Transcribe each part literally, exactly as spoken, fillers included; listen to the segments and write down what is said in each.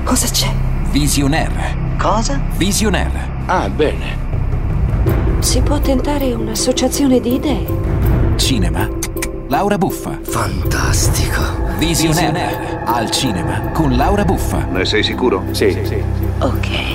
Cosa c'è? Visionaire. Cosa? Visionaire. Ah, bene. Si può tentare un'associazione di idee. Cinema. Laura Buffa. Fantastico. Visionaire. Al cinema con Laura Buffa. Ne sei sicuro? Sì, sì, sì. Ok.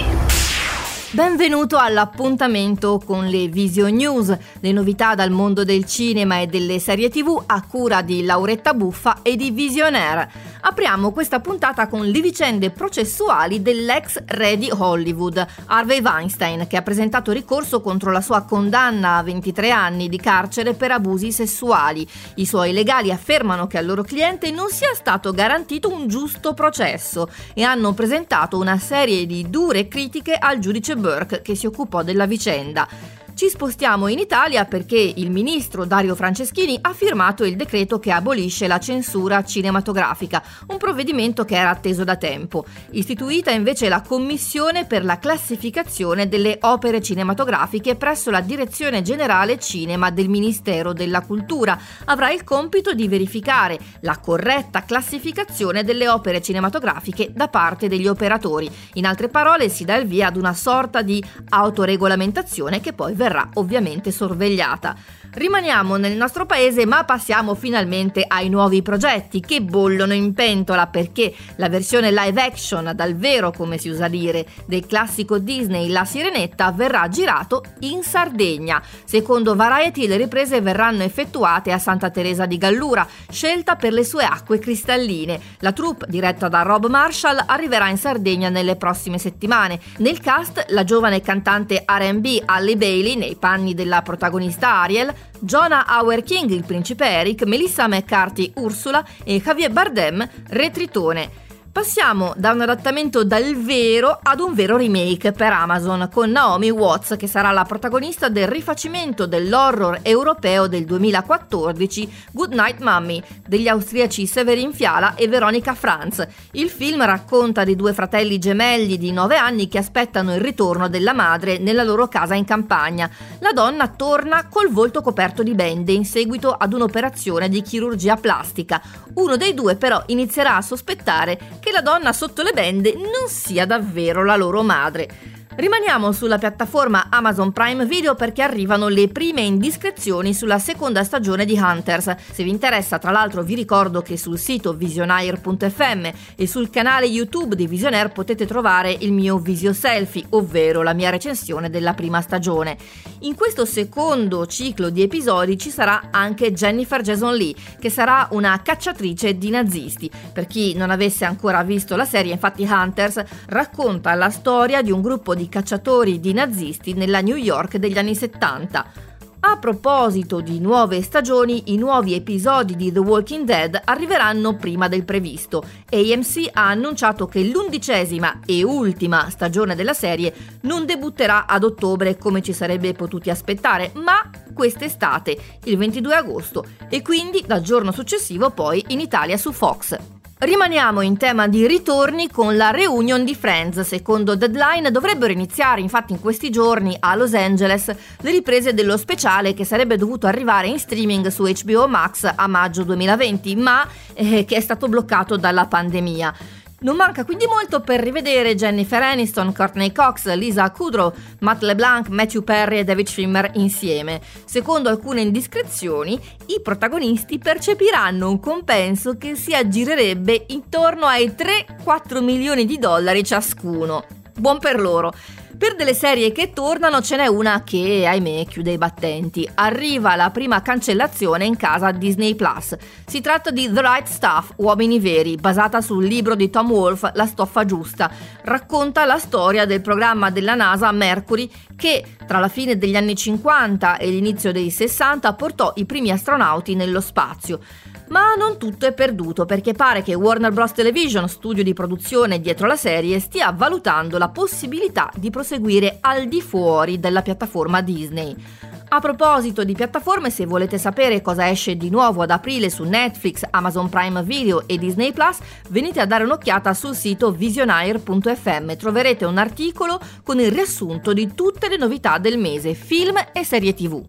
Benvenuto all'appuntamento con le Vision News, le novità dal mondo del cinema e delle serie tv a cura di Lauretta Buffa e di Visionaire. Apriamo questa puntata con le vicende processuali dell'ex re di Hollywood, Harvey Weinstein, che ha presentato ricorso contro la sua condanna a ventitré anni di carcere per abusi sessuali. I suoi legali affermano che al loro cliente non sia stato garantito un giusto processo e hanno presentato una serie di dure critiche al giudice Burke, che si occupò della vicenda. Ci spostiamo in Italia perché il ministro Dario Franceschini ha firmato il decreto che abolisce la censura cinematografica, un provvedimento che era atteso da tempo. Istituita invece la Commissione per la classificazione delle opere cinematografiche presso la Direzione Generale Cinema del Ministero della Cultura. Avrà il compito di verificare la corretta classificazione delle opere cinematografiche da parte degli operatori. In altre parole, si dà il via ad una sorta di autoregolamentazione che poi verrà ovviamente sorvegliata. Rimaniamo nel nostro paese, ma passiamo finalmente ai nuovi progetti che bollono in pentola, perché la versione live action, dal vero, come si usa dire, del classico Disney La Sirenetta verrà girato in Sardegna. Secondo Variety, le riprese verranno effettuate a Santa Teresa di Gallura, scelta per le sue acque cristalline. La troupe, diretta da Rob Marshall, arriverà in Sardegna nelle prossime settimane. Nel cast, la giovane cantante R and B Halle Bailey nei panni della protagonista Ariel, Jonah Auer-King, il principe Eric, Melissa McCarthy, Ursula e Javier Bardem, Re Tritone. Passiamo da un adattamento dal vero ad un vero remake per Amazon, con Naomi Watts, che sarà la protagonista del rifacimento dell'horror europeo del duemilaquattordici Good Night Mommy, degli austriaci Severin Fiala e Veronica Franz. Il film racconta di due fratelli gemelli di nove anni che aspettano il ritorno della madre nella loro casa in campagna. La donna torna col volto coperto di bende in seguito ad un'operazione di chirurgia plastica. Uno dei due però inizierà a sospettare che la donna sotto le bende non sia davvero la loro madre. Rimaniamo sulla piattaforma Amazon Prime Video perché arrivano le prime indiscrezioni sulla seconda stagione di Hunters. Se vi interessa, tra l'altro, vi ricordo che sul sito visionaire punto effe emme e sul canale YouTube di Visionaire potete trovare il mio Visio Selfie, ovvero la mia recensione della prima stagione. In questo secondo ciclo di episodi ci sarà anche Jennifer Jason Leigh, che sarà una cacciatrice di nazisti. Per chi non avesse ancora visto la serie, infatti, Hunters racconta la storia di un gruppo di cacciatori di nazisti nella New York degli anni settanta. A proposito di nuove stagioni, i nuovi episodi di The Walking Dead arriveranno prima del previsto. A M C ha annunciato che l'undicesima e ultima stagione della serie non debutterà ad ottobre come ci sarebbe potuti aspettare, ma quest'estate, il ventidue agosto, e quindi dal giorno successivo poi in Italia su Fox. Rimaniamo in tema di ritorni con la reunion di Friends. Secondo Deadline dovrebbero iniziare infatti in questi giorni a Los Angeles le riprese dello speciale che sarebbe dovuto arrivare in streaming su H B O Max a maggio duemilaventi, ma eh, che è stato bloccato dalla pandemia. Non manca quindi molto per rivedere Jennifer Aniston, Courtney Cox, Lisa Kudrow, Matt LeBlanc, Matthew Perry e David Schwimmer insieme. Secondo alcune indiscrezioni, i protagonisti percepiranno un compenso che si aggirerebbe intorno ai tre quattro milioni di dollari ciascuno. Buon per loro! Per delle serie che tornano ce n'è una che, ahimè, chiude i battenti. Arriva la prima cancellazione in casa Disney Plus. Si tratta di The Right Stuff, Uomini Veri, basata sul libro di Tom Wolfe, La stoffa giusta. Racconta la storia del programma della NASA Mercury che, tra la fine degli anni cinquanta e l'inizio dei sessanta, portò i primi astronauti nello spazio. Ma non tutto è perduto, perché pare che Warner Bros. Television, studio di produzione dietro la serie, stia valutando la possibilità di proseguire al di fuori della piattaforma Disney. A proposito di piattaforme, se volete sapere cosa esce di nuovo ad aprile su Netflix, Amazon Prime Video e Disney Plus, venite a dare un'occhiata sul sito visionaire punto effe emme. Troverete un articolo con il riassunto di tutte le novità del mese, film e serie tivù.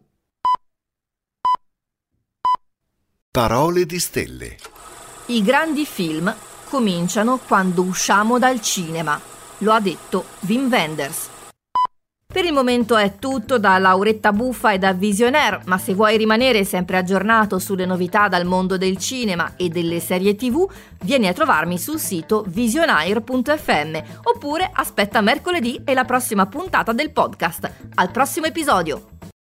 Parole di stelle. I grandi film cominciano quando usciamo dal cinema. Lo ha detto Wim Wenders. Per il momento è tutto da Lauretta Buffa e da Visionaire, ma se vuoi rimanere sempre aggiornato sulle novità dal mondo del cinema e delle serie tivù, vieni a trovarmi sul sito visionaire punto effe emme oppure aspetta mercoledì e la prossima puntata del podcast. Al prossimo episodio!